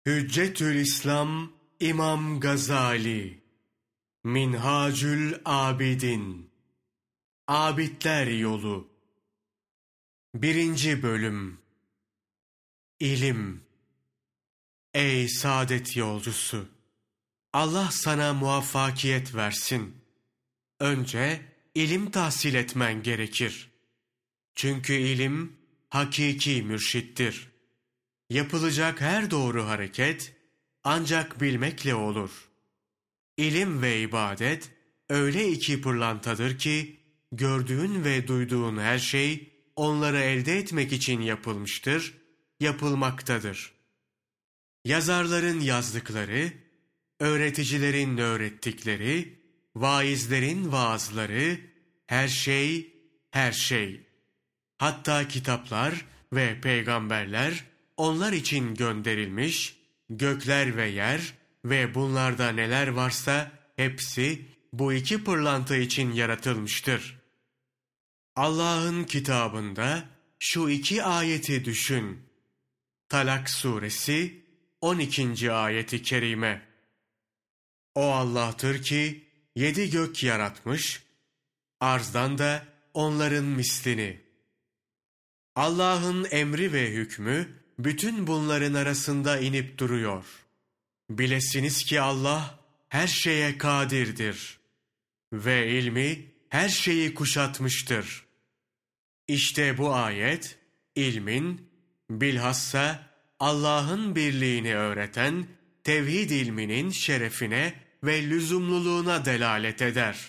Hüccetül İslam İmam Gazali Minhacül Abidin Abidler Yolu 1. Bölüm İlim. Ey saadet yolcusu! Allah sana muvaffakiyet versin. Önce ilim tahsil etmen gerekir. Çünkü ilim hakiki mürşittir. Yapılacak her doğru hareket ancak bilmekle olur. İlim ve ibadet öyle iki pırlantadır ki gördüğün ve duyduğun her şey onları elde etmek için yapılmıştır, yapılmaktadır. Yazarların yazdıkları, öğreticilerin öğrettikleri, vaizlerin vaazları, her şey. Hatta kitaplar ve peygamberler onlar için gönderilmiş, gökler ve yer ve bunlarda neler varsa hepsi bu iki pırlanta için yaratılmıştır. Allah'ın kitabında şu iki ayeti düşün. Talak suresi 12. ayeti kerime. O Allah'tır ki 7 gök yaratmış, arzdan da onların mislini. Allah'ın emri ve hükmü bütün bunların arasında inip duruyor. Bilesiniz ki Allah her şeye kadirdir ve ilmi her şeyi kuşatmıştır. İşte bu ayet, ilmin, bilhassa Allah'ın birliğini öğreten tevhid ilminin şerefine ve lüzumluluğuna delalet eder.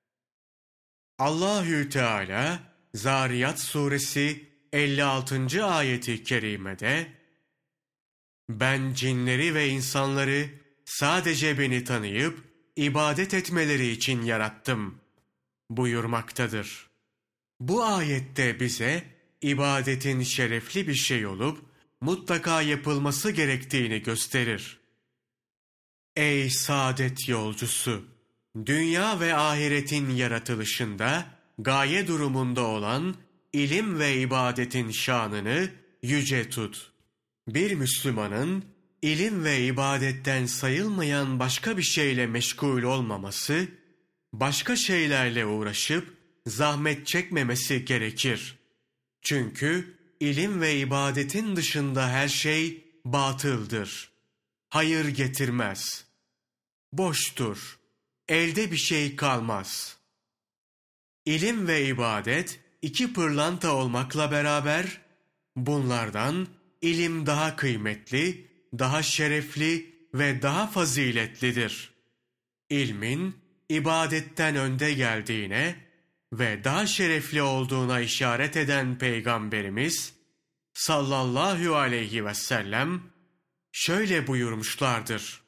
Allahü Teala Zariyat suresi 56. ayeti kerimede "Ben cinleri ve insanları sadece beni tanıyıp ibadet etmeleri için yarattım" buyurmaktadır. Bu ayette bize ibadetin şerefli bir şey olup mutlaka yapılması gerektiğini gösterir. Ey saadet yolcusu! Dünya ve ahiretin yaratılışında gaye durumunda olan ilim ve ibadetin şanını yüce tut. Bir Müslümanın ilim ve ibadetten sayılmayan başka bir şeyle meşgul olmaması, başka şeylerle uğraşıp zahmet çekmemesi gerekir. Çünkü ilim ve ibadetin dışında her şey batıldır. Hayır getirmez. Boştur. Elde bir şey kalmaz. İlim ve ibadet iki pırlanta olmakla beraber bunlardan ilim daha kıymetli, daha şerefli ve daha faziletlidir. İlmin ibadetten önde geldiğine ve daha şerefli olduğuna işaret eden Peygamberimiz sallallahu aleyhi ve sellem şöyle buyurmuşlardır.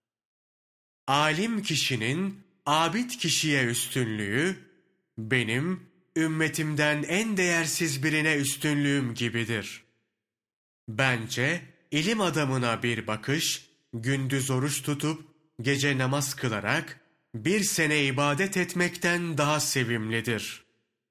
Alim kişinin abid kişiye üstünlüğü, benim ümmetimden en değersiz birine üstünlüğüm gibidir. Bence ilim adamına bir bakış, gündüz oruç tutup gece namaz kılarak 1 sene ibadet etmekten daha sevimlidir.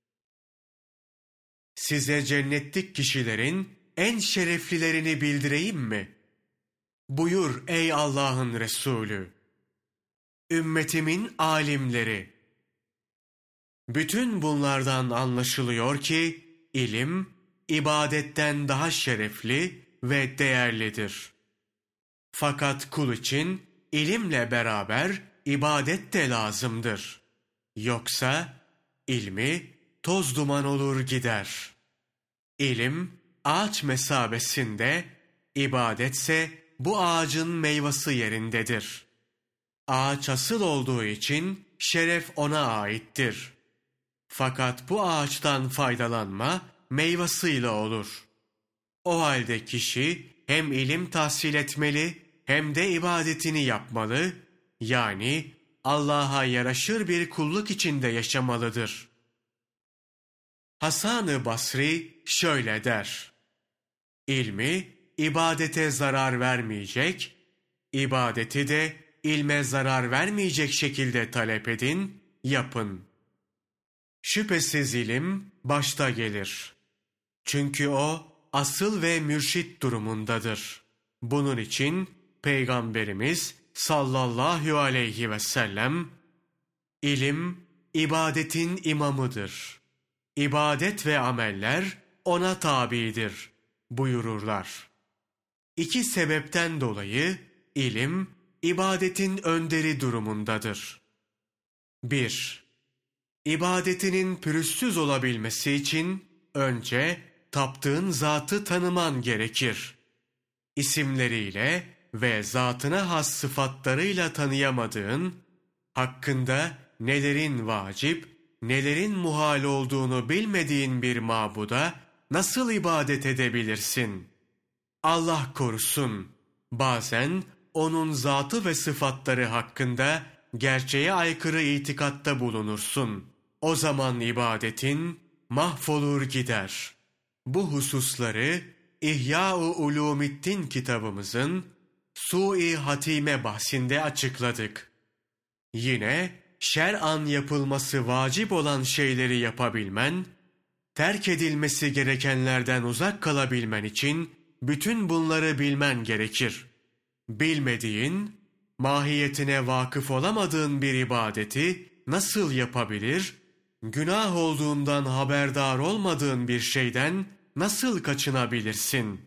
Size cennetlik kişilerin en şereflilerini bildireyim mi? Buyur ey Allah'ın Resulü. Ümmetimin alimleri. Bütün bunlardan anlaşılıyor ki ilim ibadetten daha şerefli ve değerlidir. Fakat kul için ilimle beraber ibadet de lazımdır. Yoksa ilmi toz duman olur gider. İlim ağaç mesabesinde, ibadetse bu ağacın meyvesi yerindedir. Ağaç asıl olduğu için şeref ona aittir. Fakat bu ağaçtan faydalanma meyvasıyla olur. O halde kişi hem ilim tahsil etmeli hem de ibadetini yapmalı, yani Allah'a yaraşır bir kulluk içinde yaşamalıdır. Hasan-ı Basri şöyle der: İlmi ibadete zarar vermeyecek, ibadeti de ilme zarar vermeyecek şekilde talep edin, yapın. Şüphesiz ilim başta gelir. Çünkü o asıl ve mürşit durumundadır. Bunun için Peygamberimiz sallallahu aleyhi ve sellem, ilim, ibadetin imamıdır. İbadet ve ameller ona tabidir buyururlar. İki sebepten dolayı ilim, ibadetin önderi durumundadır. 1. İbadetinin pürüzsüz olabilmesi için önce taptığın zatı tanıman gerekir. İsimleriyle ve zatına has sıfatlarıyla tanıyamadığın, hakkında nelerin vacip, nelerin muhal olduğunu bilmediğin bir mabuda nasıl ibadet edebilirsin? Allah korusun, bazen onun zatı ve sıfatları hakkında gerçeğe aykırı itikatta bulunursun. O zaman ibadetin mahvolur gider. Bu hususları İhya-u Ulumiddin kitabımızın Su-i Hatime bahsinde açıkladık. Yine şer'an yapılması vacip olan şeyleri yapabilmen, terk edilmesi gerekenlerden uzak kalabilmen için bütün bunları bilmen gerekir. Bilmediğin, mahiyetine vakıf olamadığın bir ibadeti nasıl yapabilir, günah olduğundan haberdar olmadığın bir şeyden nasıl kaçınabilirsin?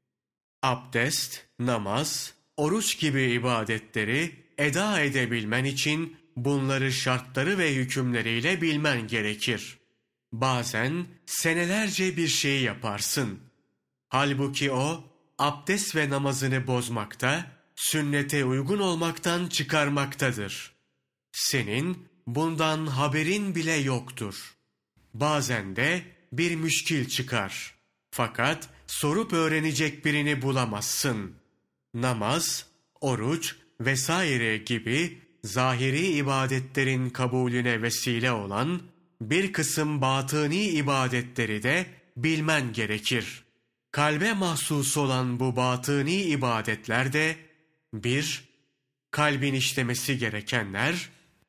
Abdest, namaz, oruç gibi ibadetleri eda edebilmen için bunları şartları ve hükümleriyle bilmen gerekir. Bazen senelerce bir şey yaparsın. Halbuki o, abdest ve namazını bozmakta, sünnete uygun olmaktan çıkarmaktadır. Senin bundan haberin bile yoktur. Bazen de bir müşkil çıkar. Fakat sorup öğrenecek birini bulamazsın. Namaz, oruç vesaire gibi zahiri ibadetlerin kabulüne vesile olan bir kısım batıni ibadetleri de bilmen gerekir. Kalbe mahsus olan bu batıni ibadetler de 1. Kalbin işlemesi gerekenler,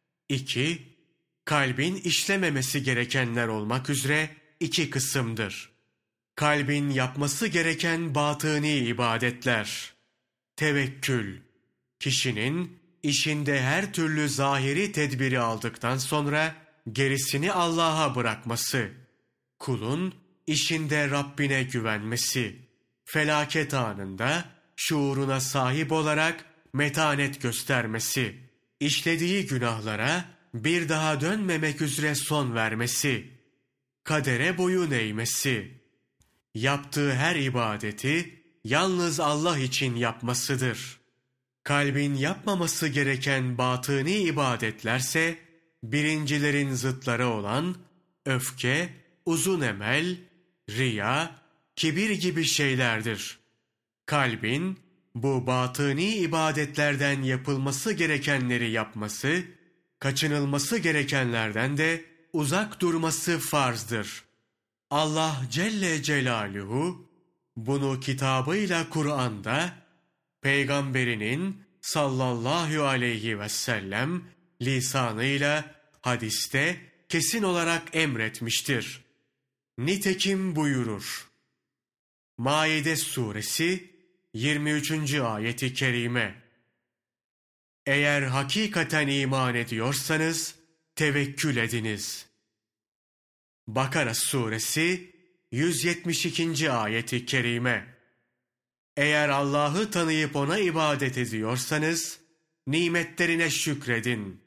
2. Kalbin işlememesi gerekenler olmak üzere 2 kısımdır. Kalbin yapması gereken batıni ibadetler. Tevekkül, kişinin işinde her türlü zahiri tedbiri aldıktan sonra gerisini Allah'a bırakması. Kulun işinde Rabbine güvenmesi. Felaket anında şuuruna sahip olarak metanet göstermesi. İşlediği günahlara bir daha dönmemek üzere son vermesi. Kadere boyun eğmesi. Yaptığı her ibadeti yalnız Allah için yapmasıdır. Kalbin yapmaması gereken batıni ibadetlerse, birincilerin zıtları olan öfke, uzun emel, riya, kibir gibi şeylerdir. Kalbin bu batıni ibadetlerden yapılması gerekenleri yapması, kaçınılması gerekenlerden de uzak durması farzdır. Allah Celle Celaluhu bunu kitabıyla Kur'an'da, Peygamberinin sallallahu aleyhi ve sellem lisanıyla hadiste kesin olarak emretmiştir. Nitekim buyurur. Maide suresi 23. ayeti kerime. Eğer hakikaten iman ediyorsanız tevekkül ediniz. Bakara suresi 172. ayeti kerime. Eğer Allah'ı tanıyıp ona ibadet ediyorsanız nimetlerine şükredin.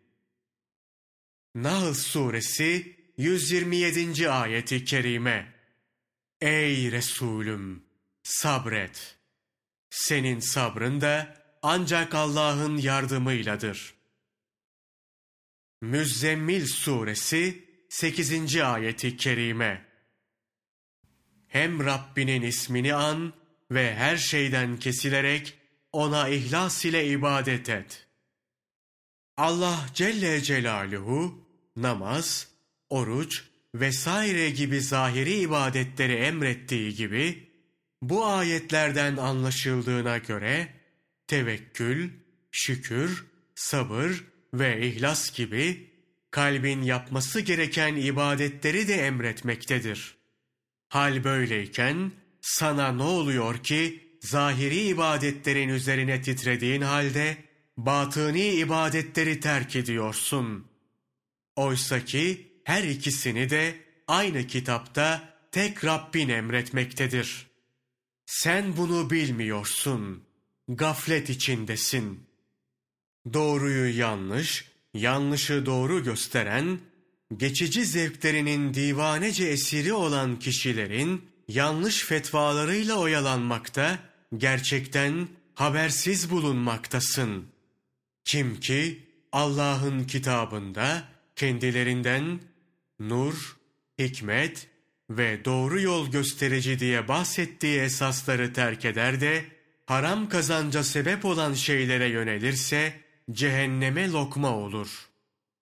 Nahl suresi 127. ayeti kerime. Ey Resulüm! Sabret! Senin sabrın da ancak Allah'ın yardımıyladır. Müzzemmil suresi 8. ayeti kerime. Hem Rabbinin ismini an ve her şeyden kesilerek ona ihlas ile ibadet et. Allah Celle Celaluhu namaz, oruç vesaire gibi zahiri ibadetleri emrettiği gibi, bu ayetlerden anlaşıldığına göre tevekkül, şükür, sabır ve ihlas gibi kalbin yapması gereken ibadetleri de emretmektedir. Hal böyleyken sana ne oluyor ki zahiri ibadetlerin üzerine titrediğin halde batıni ibadetleri terk ediyorsun. Oysaki her ikisini de aynı kitapta tek Rabbin emretmektedir. Sen bunu bilmiyorsun. Gaflet içindesin. Doğruyu yanlış, yanlışı doğru gösteren, geçici zevklerinin divanece esiri olan kişilerin yanlış fetvalarıyla oyalanmakta, gerçekten habersiz bulunmaktasın. Kim ki Allah'ın kitabında kendilerinden nur, hikmet ve doğru yol gösterici diye bahsettiği esasları terk eder de haram kazanca sebep olan şeylere yönelirse cehenneme lokma olur.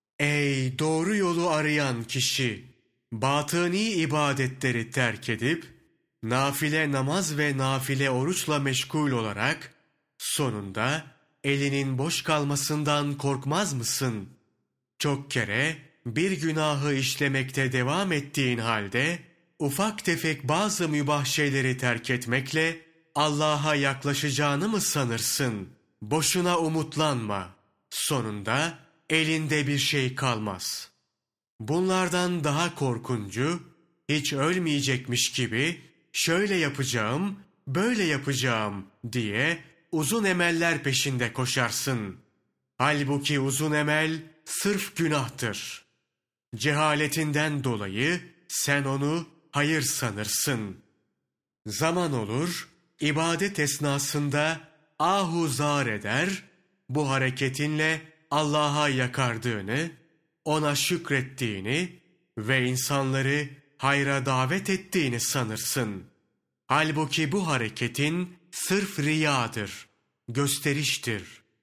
Ey doğru yolu arayan kişi! Batıni ibadetleri terk edip nafile namaz ve nafile oruçla meşgul olarak sonunda elinin boş kalmasından korkmaz mısın? Çok kere bir günahı işlemekte devam ettiğin halde ufak tefek bazı mübah şeyleri terk etmekle Allah'a yaklaşacağını mı sanırsın? Boşuna umutlanma. Sonunda elinde bir şey kalmaz. Bunlardan daha korkuncu, hiç ölmeyecekmiş gibi şöyle yapacağım, böyle yapacağım diye uzun emeller peşinde koşarsın. Halbuki uzun emel sırf günahtır. Cehaletinden dolayı sen onu hayır sanırsın. Zaman olur, ibadet esnasında ahu zar eder, bu hareketinle Allah'a yakardığını, ona şükrettiğini ve insanları hayra davet ettiğini sanırsın. Halbuki bu hareketin sırf riyadır, gösteriştir.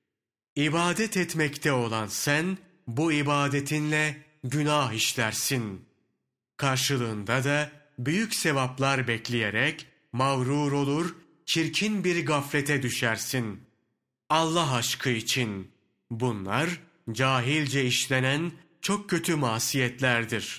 İbadet etmekte olan sen, bu ibadetinle günah işlersin. Karşılığında da büyük sevaplar bekleyerek mağrur olur, çirkin bir gaflete düşersin. Allah aşkı için bunlar cahilce işlenen çok kötü masiyetlerdir.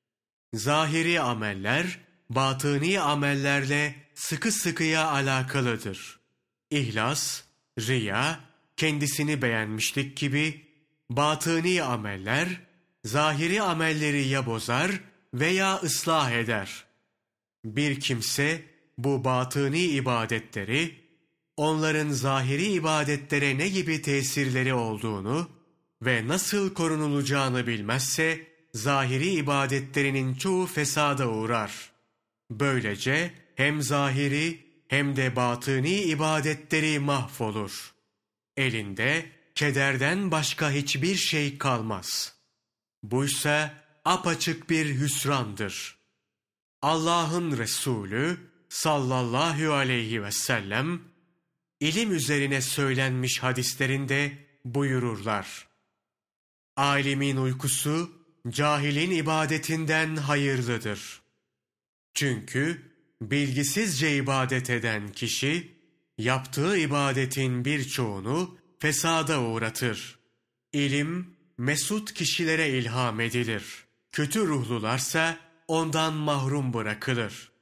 Zahiri ameller, batıni amellerle sıkı sıkıya alakalıdır. İhlas, riya, kendisini beğenmişlik gibi batıni ameller, zahiri amelleri ya bozar veya ıslah eder. Bir kimse bu batıni ibadetleri, onların zahiri ibadetlere ne gibi tesirleri olduğunu ve nasıl korunulacağını bilmezse, zahiri ibadetlerinin çoğu fesada uğrar. Böylece hem zahiri hem de batıni ibadetleri mahvolur. Elinde kederden başka hiçbir şey kalmaz. Buysa apaçık bir hüsrandır. Allah'ın Resulü sallallahu aleyhi ve sellem ilim üzerine söylenmiş hadislerinde buyururlar. Alimin uykusu cahilin ibadetinden hayırlıdır. Çünkü bilgisizce ibadet eden kişi yaptığı ibadetin birçoğunu fesada uğratır. İlim mesut kişilere ilham edilir. Kötü ruhlularsa ondan mahrum bırakılır.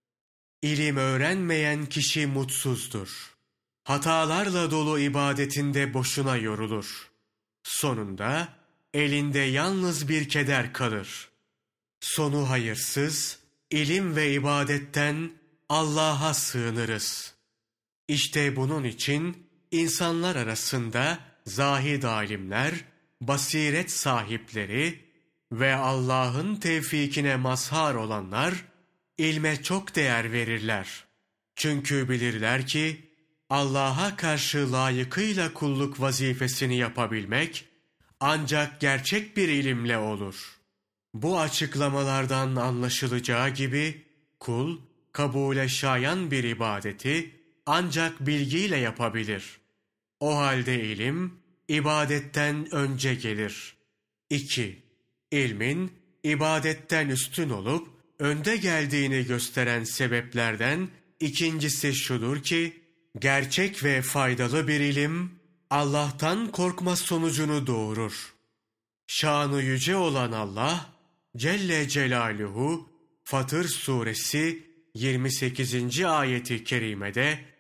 İlim öğrenmeyen kişi mutsuzdur. Hatalarla dolu ibadetinde boşuna yorulur. Sonunda elinde yalnız bir keder kalır. Sonu hayırsız, ilim ve ibadetten Allah'a sığınırız. İşte bunun için insanlar arasında zahid alimler, basiret sahipleri ve Allah'ın tevfikine mazhar olanlar ilme çok değer verirler. Çünkü bilirler ki Allah'a karşı layıkıyla kulluk vazifesini yapabilmek ancak gerçek bir ilimle olur. Bu açıklamalardan anlaşılacağı gibi kul kabule şayan bir ibadeti ancak bilgiyle yapabilir. O halde ilim ibadetten önce gelir. 2. İlmin ibadetten üstün olup önde geldiğini gösteren sebeplerden ikincisi şudur ki, gerçek ve faydalı bir ilim Allah'tan korkma sonucunu doğurur. Şanı yüce olan Allah Celle Celaluhu Fatır suresi 28. ayeti kerimede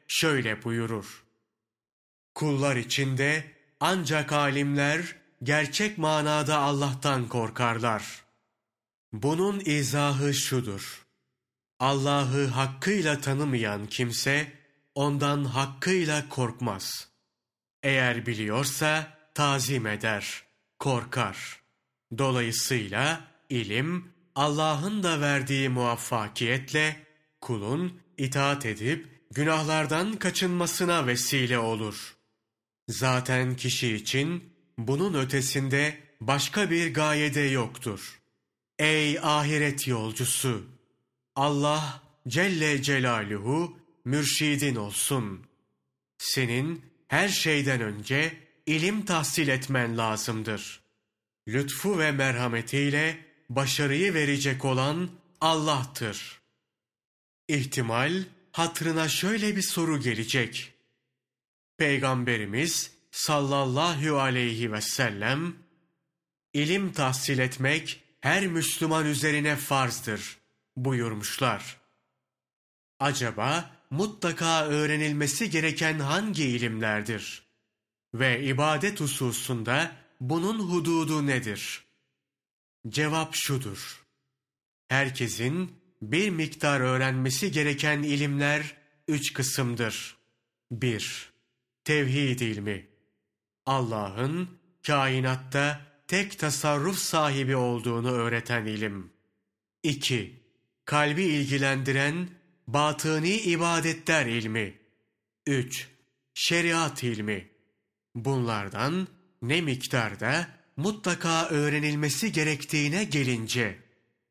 şöyle buyurur: Kullar içinde ancak alimler gerçek manada Allah'tan korkarlar. Bunun izahı şudur: Allah'ı hakkıyla tanımayan kimse ondan hakkıyla korkmaz. Eğer biliyorsa tazim eder, korkar. Dolayısıyla ilim, Allah'ın da verdiği muvaffakiyetle kulun itaat edip günahlardan kaçınmasına vesile olur. Zaten kişi için bunun ötesinde başka bir gayede yoktur. Ey ahiret yolcusu! Allah Celle Celaluhu mürşidin olsun. Senin her şeyden önce ilim tahsil etmen lazımdır. Lütfu ve merhametiyle başarıyı verecek olan Allah'tır. İhtimal hatırına şöyle bir soru gelecek. Peygamberimiz sallallahu aleyhi ve sellem, ilim tahsil etmek her Müslüman üzerine farzdır buyurmuşlar. Acaba mutlaka öğrenilmesi gereken hangi ilimlerdir? Ve ibadet hususunda bunun hududu nedir? Cevap şudur: herkesin bir miktar öğrenmesi gereken ilimler 3 kısımdır. 1. Tevhid ilmi. Allah'ın kainatta tek tasarruf sahibi olduğunu öğreten ilim. 2. Kalbi ilgilendiren batıni ibadetler ilmi. 3. Şeriat ilmi. Bunlardan ne miktarda mutlaka öğrenilmesi gerektiğine gelince: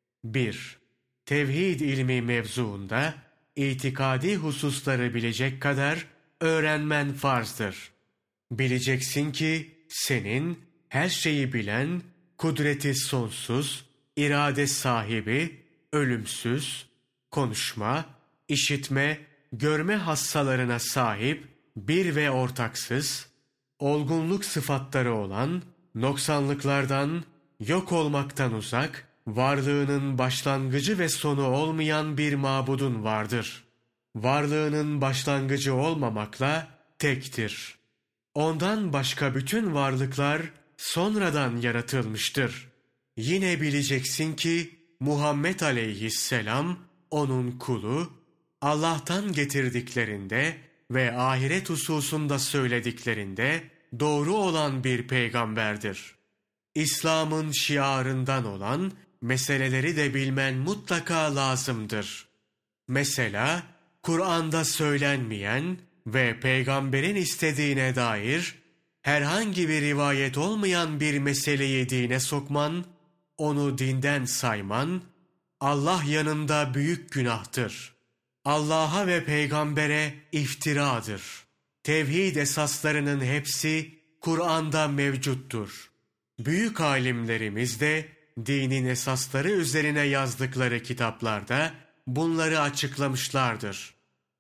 1. Tevhid ilmi mevzuunda itikadi hususları bilecek kadar öğrenmen farzdır. Bileceksin ki senin her şeyi bilen, kudreti sonsuz, irade sahibi, ölümsüz, konuşma, işitme, görme hassalarına sahip, bir ve ortaksız, olgunluk sıfatları olan, noksanlıklardan, yok olmaktan uzak, varlığının başlangıcı ve sonu olmayan bir mabudun vardır. Varlığının başlangıcı olmamakla tektir. Ondan başka bütün varlıklar sonradan yaratılmıştır. Yine bileceksin ki Muhammed aleyhisselam onun kulu, Allah'tan getirdiklerinde ve ahiret hususunda söylediklerinde doğru olan bir peygamberdir. İslam'ın şiarından olan meseleleri de bilmen mutlaka lazımdır. Mesela Kur'an'da söylenmeyen ve peygamberin istediğine dair herhangi bir rivayet olmayan bir meseleyi dine sokman, onu dinden sayman, Allah yanında büyük günahtır. Allah'a ve peygambere iftiradır. Tevhid esaslarının hepsi Kur'an'da mevcuttur. Büyük alimlerimiz de dinin esasları üzerine yazdıkları kitaplarda bunları açıklamışlardır.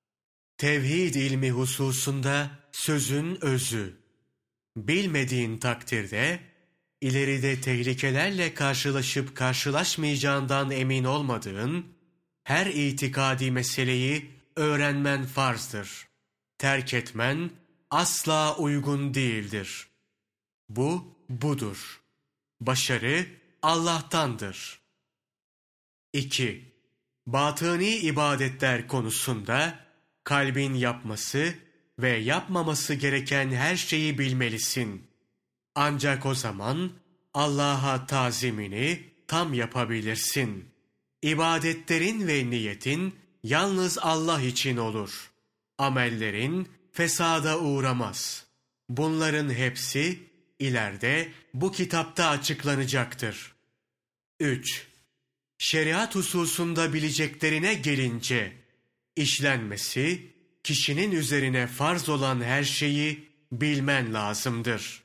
Tevhid ilmi hususunda sözün özü. Bilmediğin takdirde, ileride tehlikelerle karşılaşıp karşılaşmayacağından emin olmadığın her itikadi meseleyi öğrenmen farzdır. Terk etmen asla uygun değildir. Bu budur. Başarı Allah'tandır. 2. Batıni ibadetler konusunda kalbin yapması ve yapmaması gereken her şeyi bilmelisin. Ancak o zaman Allah'a tazimini tam yapabilirsin. İbadetlerin ve niyetin yalnız Allah için olur. Amellerin fesada uğramaz. Bunların hepsi ileride bu kitapta açıklanacaktır. 3. Şeriat hususunda bileceklerine gelince, işlenmesi, kişinin üzerine farz olan her şeyi bilmen lazımdır.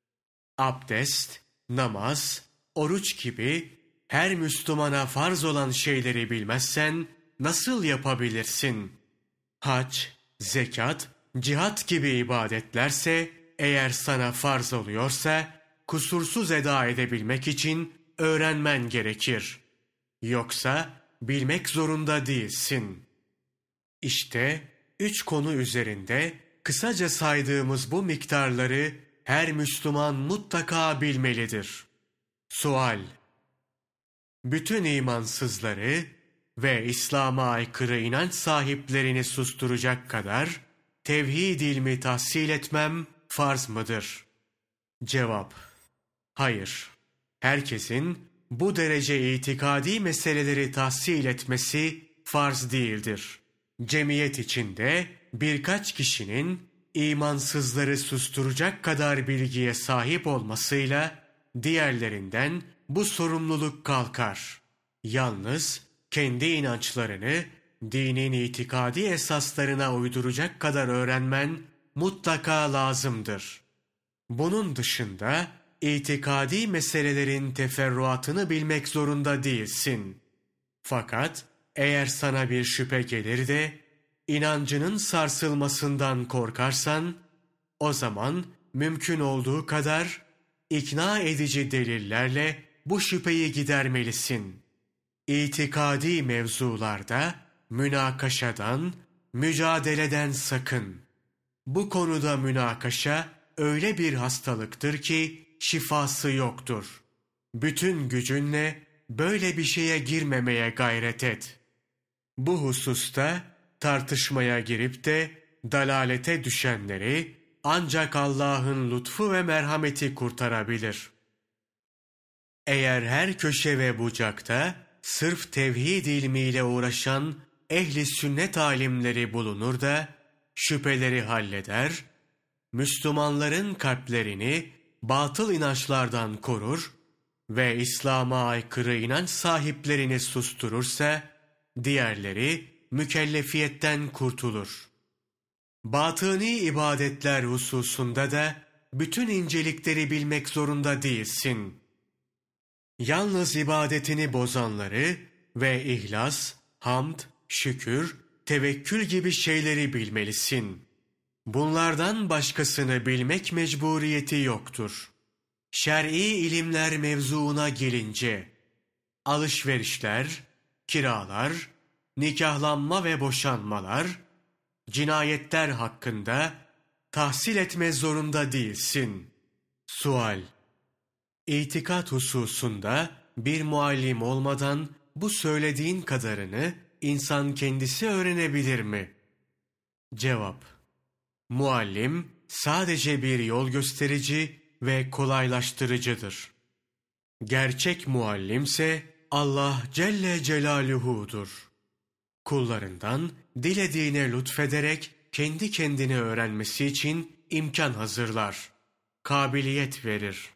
Abdest, namaz, oruç gibi her Müslümana farz olan şeyleri bilmezsen nasıl yapabilirsin? Hac, zekat, cihat gibi ibadetlerse eğer sana farz oluyorsa kusursuz eda edebilmek için öğrenmen gerekir. Yoksa bilmek zorunda değilsin. İşte 3 konu üzerinde kısaca saydığımız bu miktarları her Müslüman mutlaka bilmelidir. Sual: bütün imansızları ve İslam'a aykırı inanç sahiplerini susturacak kadar tevhid ilmi tahsil etmem farz mıdır? Cevap: hayır. Herkesin bu derece itikadi meseleleri tahsil etmesi farz değildir. Cemiyet içinde birkaç kişinin imansızları susturacak kadar bilgiye sahip olmasıyla diğerlerinden bu sorumluluk kalkar. Yalnız kendi inançlarını dinin itikadi esaslarına uyduracak kadar öğrenmen mutlaka lazımdır. Bunun dışında itikadi meselelerin teferruatını bilmek zorunda değilsin. Fakat eğer sana bir şüphe gelir de inancının sarsılmasından korkarsan, o zaman mümkün olduğu kadar ikna edici delillerle bu şüpheyi gidermelisin. İtikadi mevzularda münakaşadan, mücadeleden sakın. Bu konuda münakaşa öyle bir hastalıktır ki şifası yoktur. Bütün gücünle böyle bir şeye girmemeye gayret et. Bu hususta tartışmaya girip de dalalete düşenleri ancak Allah'ın lütfu ve merhameti kurtarabilir. Eğer her köşe ve bucakta sırf tevhid ilmiyle uğraşan ehli sünnet alimleri bulunur da şüpheleri halleder, Müslümanların kalplerini batıl inançlardan korur ve İslam'a aykırı inanç sahiplerini susturursa, diğerleri mükellefiyetten kurtulur. Batıni ibadetler hususunda da bütün incelikleri bilmek zorunda değilsin. Yalnız ibadetini bozanları ve ihlas, hamd, şükür, tevekkül gibi şeyleri bilmelisin. Bunlardan başkasını bilmek mecburiyeti yoktur. Şer'i ilimler mevzuuna gelince, alışverişler, kiralar, nikahlanma ve boşanmalar, cinayetler hakkında tahsil etme zorunda değilsin. Sual: İtikat hususunda bir muallim olmadan bu söylediğin kadarını insan kendisi öğrenebilir mi? Cevap: muallim sadece bir yol gösterici ve kolaylaştırıcıdır. Gerçek muallimse Allah Celle Celaluhu'dur. Kullarından dilediğine lütfederek kendi kendini öğrenmesi için imkan hazırlar, kabiliyet verir.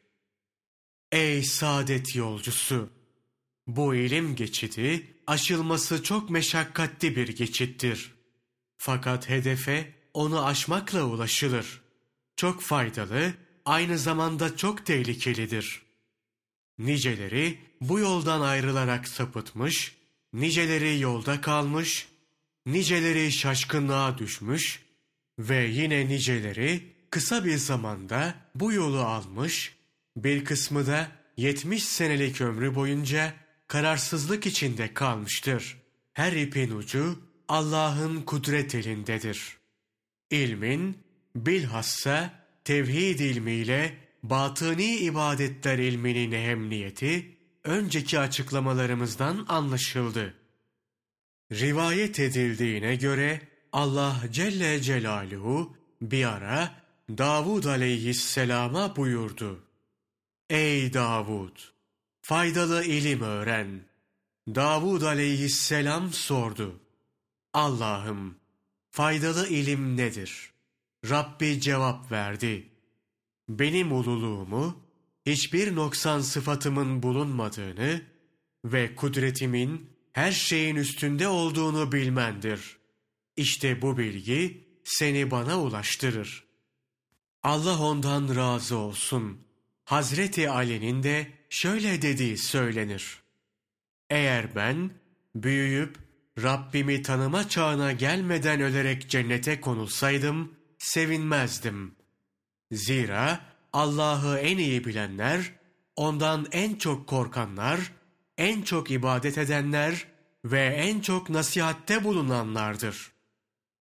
Ey saadet yolcusu! Bu ilim geçidi aşılması çok meşakkatli bir geçittir. Fakat hedefe onu aşmakla ulaşılır. Çok faydalı, aynı zamanda çok tehlikelidir. Niceleri bu yoldan ayrılarak sapıtmış, niceleri yolda kalmış, niceleri şaşkınlığa düşmüş ve yine niceleri kısa bir zamanda bu yolu almış, bir kısmı da 70 senelik ömrü boyunca kararsızlık içinde kalmıştır. Her ipin ucu Allah'ın kudret elindedir. İlmin bilhassa tevhid ilmiyle batıni ibadetler ilminin ehemmiyeti önceki açıklamalarımızdan anlaşıldı. Rivayet edildiğine göre Allah Celle Celaluhu bir ara Davud aleyhisselama buyurdu: Ey Davud! Faydalı ilim öğren. Davud aleyhisselam sordu: Allah'ım, faydalı ilim nedir? Rabbi cevap verdi: benim ululuğumu, hiçbir noksan sıfatımın bulunmadığını ve kudretimin her şeyin üstünde olduğunu bilmendir. İşte bu bilgi seni bana ulaştırır. Allah ondan razı olsun. Hazreti Ali'nin de şöyle dediği söylenir: eğer ben büyüyüp Rabbimi tanıma çağına gelmeden ölerek cennete konulsaydım, sevinmezdim. Zira Allah'ı en iyi bilenler, ondan en çok korkanlar, en çok ibadet edenler ve en çok nasihatte bulunanlardır.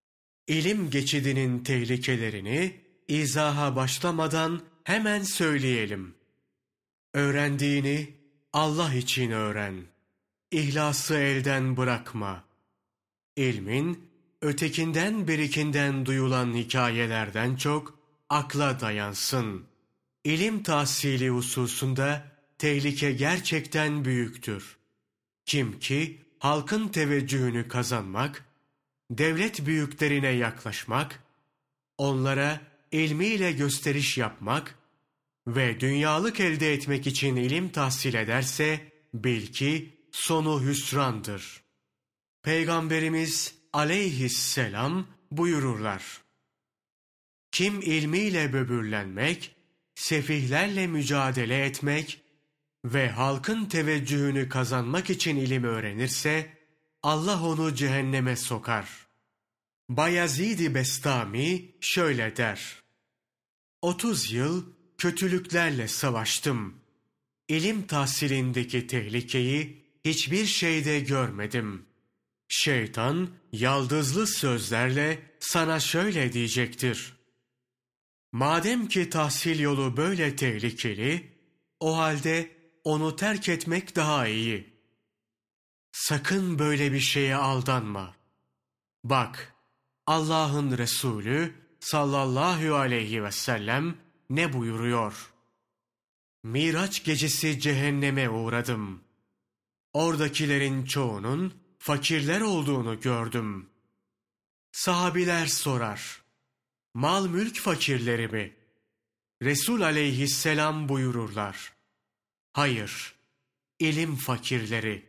İlim geçidinin tehlikelerini izaha başlamadan hemen söyleyelim. Öğrendiğini Allah için öğren. İhlası elden bırakma. İlmin ötekinden birikinden duyulan hikayelerden çok akla dayansın. İlim tahsili hususunda tehlike gerçekten büyüktür. Kim ki halkın teveccühünü kazanmak, devlet büyüklerine yaklaşmak, onlara ilmiyle gösteriş yapmak ve dünyalık elde etmek için ilim tahsil ederse bil ki sonu hüsrandır. Peygamberimiz aleyhisselam buyururlar. Kim ilmiyle böbürlenmek, sefihlerle mücadele etmek ve halkın teveccühünü kazanmak için ilim öğrenirse, Allah onu cehenneme sokar. Bayezid-i Bestami şöyle der. 30 yıl kötülüklerle savaştım. İlim tahsilindeki tehlikeyi hiçbir şeyde görmedim. Şeytan yaldızlı sözlerle sana şöyle diyecektir. Madem ki tahsil yolu böyle tehlikeli, o halde onu terk etmek daha iyi. Sakın böyle bir şeye aldanma. Bak, Allah'ın Resulü sallallahu aleyhi ve sellem ne buyuruyor? Miraç gecesi cehenneme uğradım. Oradakilerin çoğunun fakirler olduğunu gördüm. Sahabiler sorar. Mal mülk fakirleri mi? Resul aleyhisselam buyururlar. Hayır, ilim fakirleri.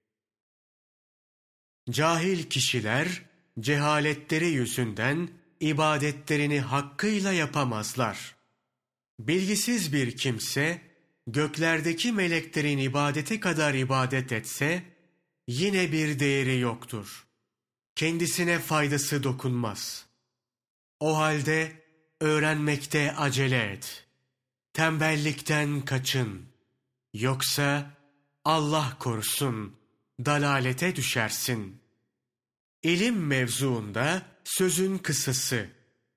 Cahil kişiler cehaletleri yüzünden ibadetlerini hakkıyla yapamazlar. Bilgisiz bir kimse göklerdeki meleklerin ibadeti kadar ibadet etse yine bir değeri yoktur. Kendisine faydası dokunmaz. O halde öğrenmekte acele et. Tembellikten kaçın. Yoksa Allah korusun dalalete düşersin. İlim mevzuunda sözün kısası.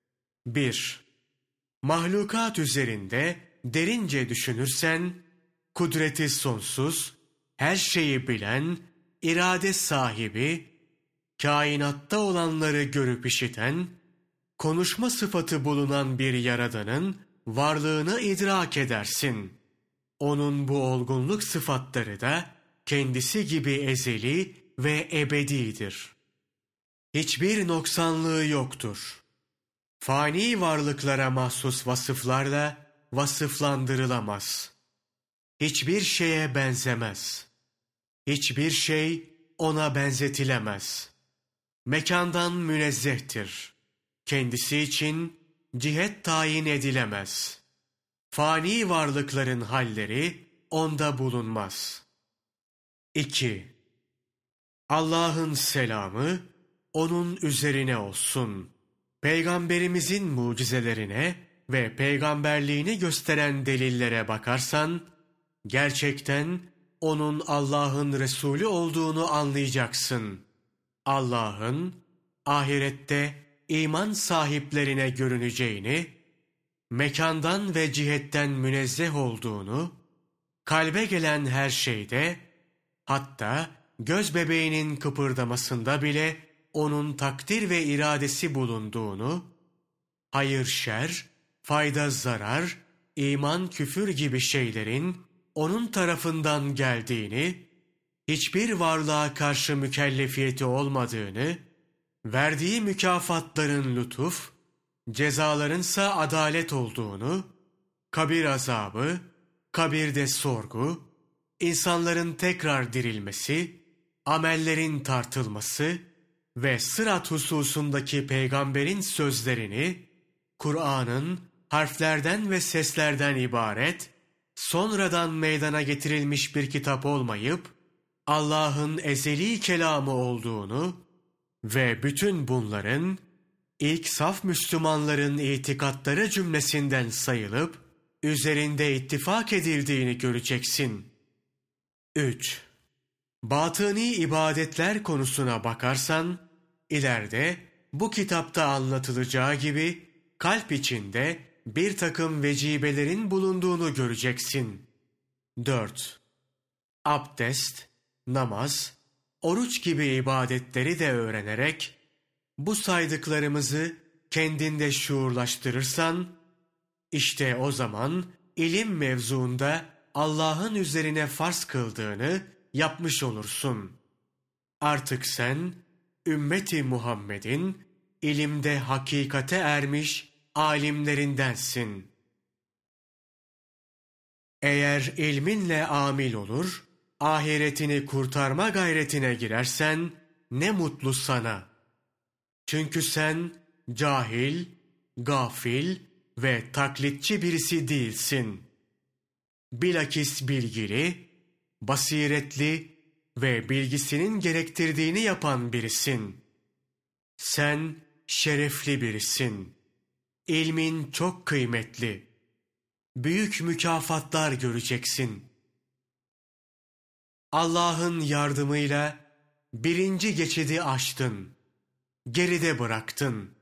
1. Mahlukat üzerinde derince düşünürsen, kudreti sonsuz, her şeyi bilen, irade sahibi, kainatta olanları görüp işiten, konuşma sıfatı bulunan bir yaradanın varlığını idrak edersin. Onun bu olgunluk sıfatları da kendisi gibi ezeli ve ebedidir. Hiçbir noksanlığı yoktur. Fani varlıklara mahsus vasıflarla vasıflandırılamaz. Hiçbir şeye benzemez. Hiçbir şey ona benzetilemez. Mekandan münezzehtir. Kendisi için cihet tayin edilemez. Fani varlıkların halleri onda bulunmaz. 2. Allah'ın selamı onun üzerine olsun. Peygamberimizin mucizelerine ve peygamberliğini gösteren delillere bakarsan, gerçekten onun Allah'ın Resulü olduğunu anlayacaksın. Allah'ın ahirette iman sahiplerine görüneceğini, mekandan ve cihetten münezzeh olduğunu, kalbe gelen her şeyde, hatta göz bebeğinin kıpırdamasında bile onun takdir ve iradesi bulunduğunu, hayır şer, fayda zarar, iman küfür gibi şeylerin onun tarafından geldiğini, hiçbir varlığa karşı mükellefiyeti olmadığını, verdiği mükafatların lütuf, cezalarınsa adalet olduğunu, kabir azabı, kabirde sorgu, insanların tekrar dirilmesi, amellerin tartılması ve sırat hususundaki peygamberin sözlerini, Kur'an'ın harflerden ve seslerden ibaret, sonradan meydana getirilmiş bir kitap olmayıp, Allah'ın ezeli kelamı olduğunu ve bütün bunların ilk saf Müslümanların itikatları cümlesinden sayılıp, üzerinde ittifak edildiğini göreceksin. 3. Batıni ibadetler konusuna bakarsan, ileride bu kitapta anlatılacağı gibi kalp içinde bir takım vecibelerin bulunduğunu göreceksin. 4. Abdest, namaz, oruç gibi ibadetleri de öğrenerek bu saydıklarımızı kendinde şuurlaştırırsan, işte o zaman ilim mevzuunda Allah'ın üzerine farz kıldığını yapmış olursun. Artık sen ümmeti Muhammed'in ilimde hakikate ermiş alimlerindensin. Eğer ilminle amil olur, ahiretini kurtarma gayretine girersen ne mutlu sana. Çünkü sen cahil, gafil ve taklitçi birisi değilsin. Bilakis bilgili, basiretli ve bilgisinin gerektirdiğini yapan birisin. Sen şerefli birisin. İlmin çok kıymetli. Büyük mükafatlar göreceksin. Allah'ın yardımıyla birinci geçidi aştın. Geride bıraktın.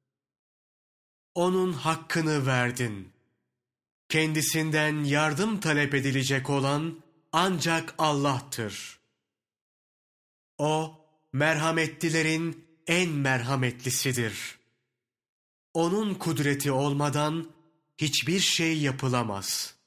Onun hakkını verdin. Kendisinden yardım talep edilecek olan ancak Allah'tır. O, merhametlilerin en merhametlisidir. Onun kudreti olmadan hiçbir şey yapılamaz.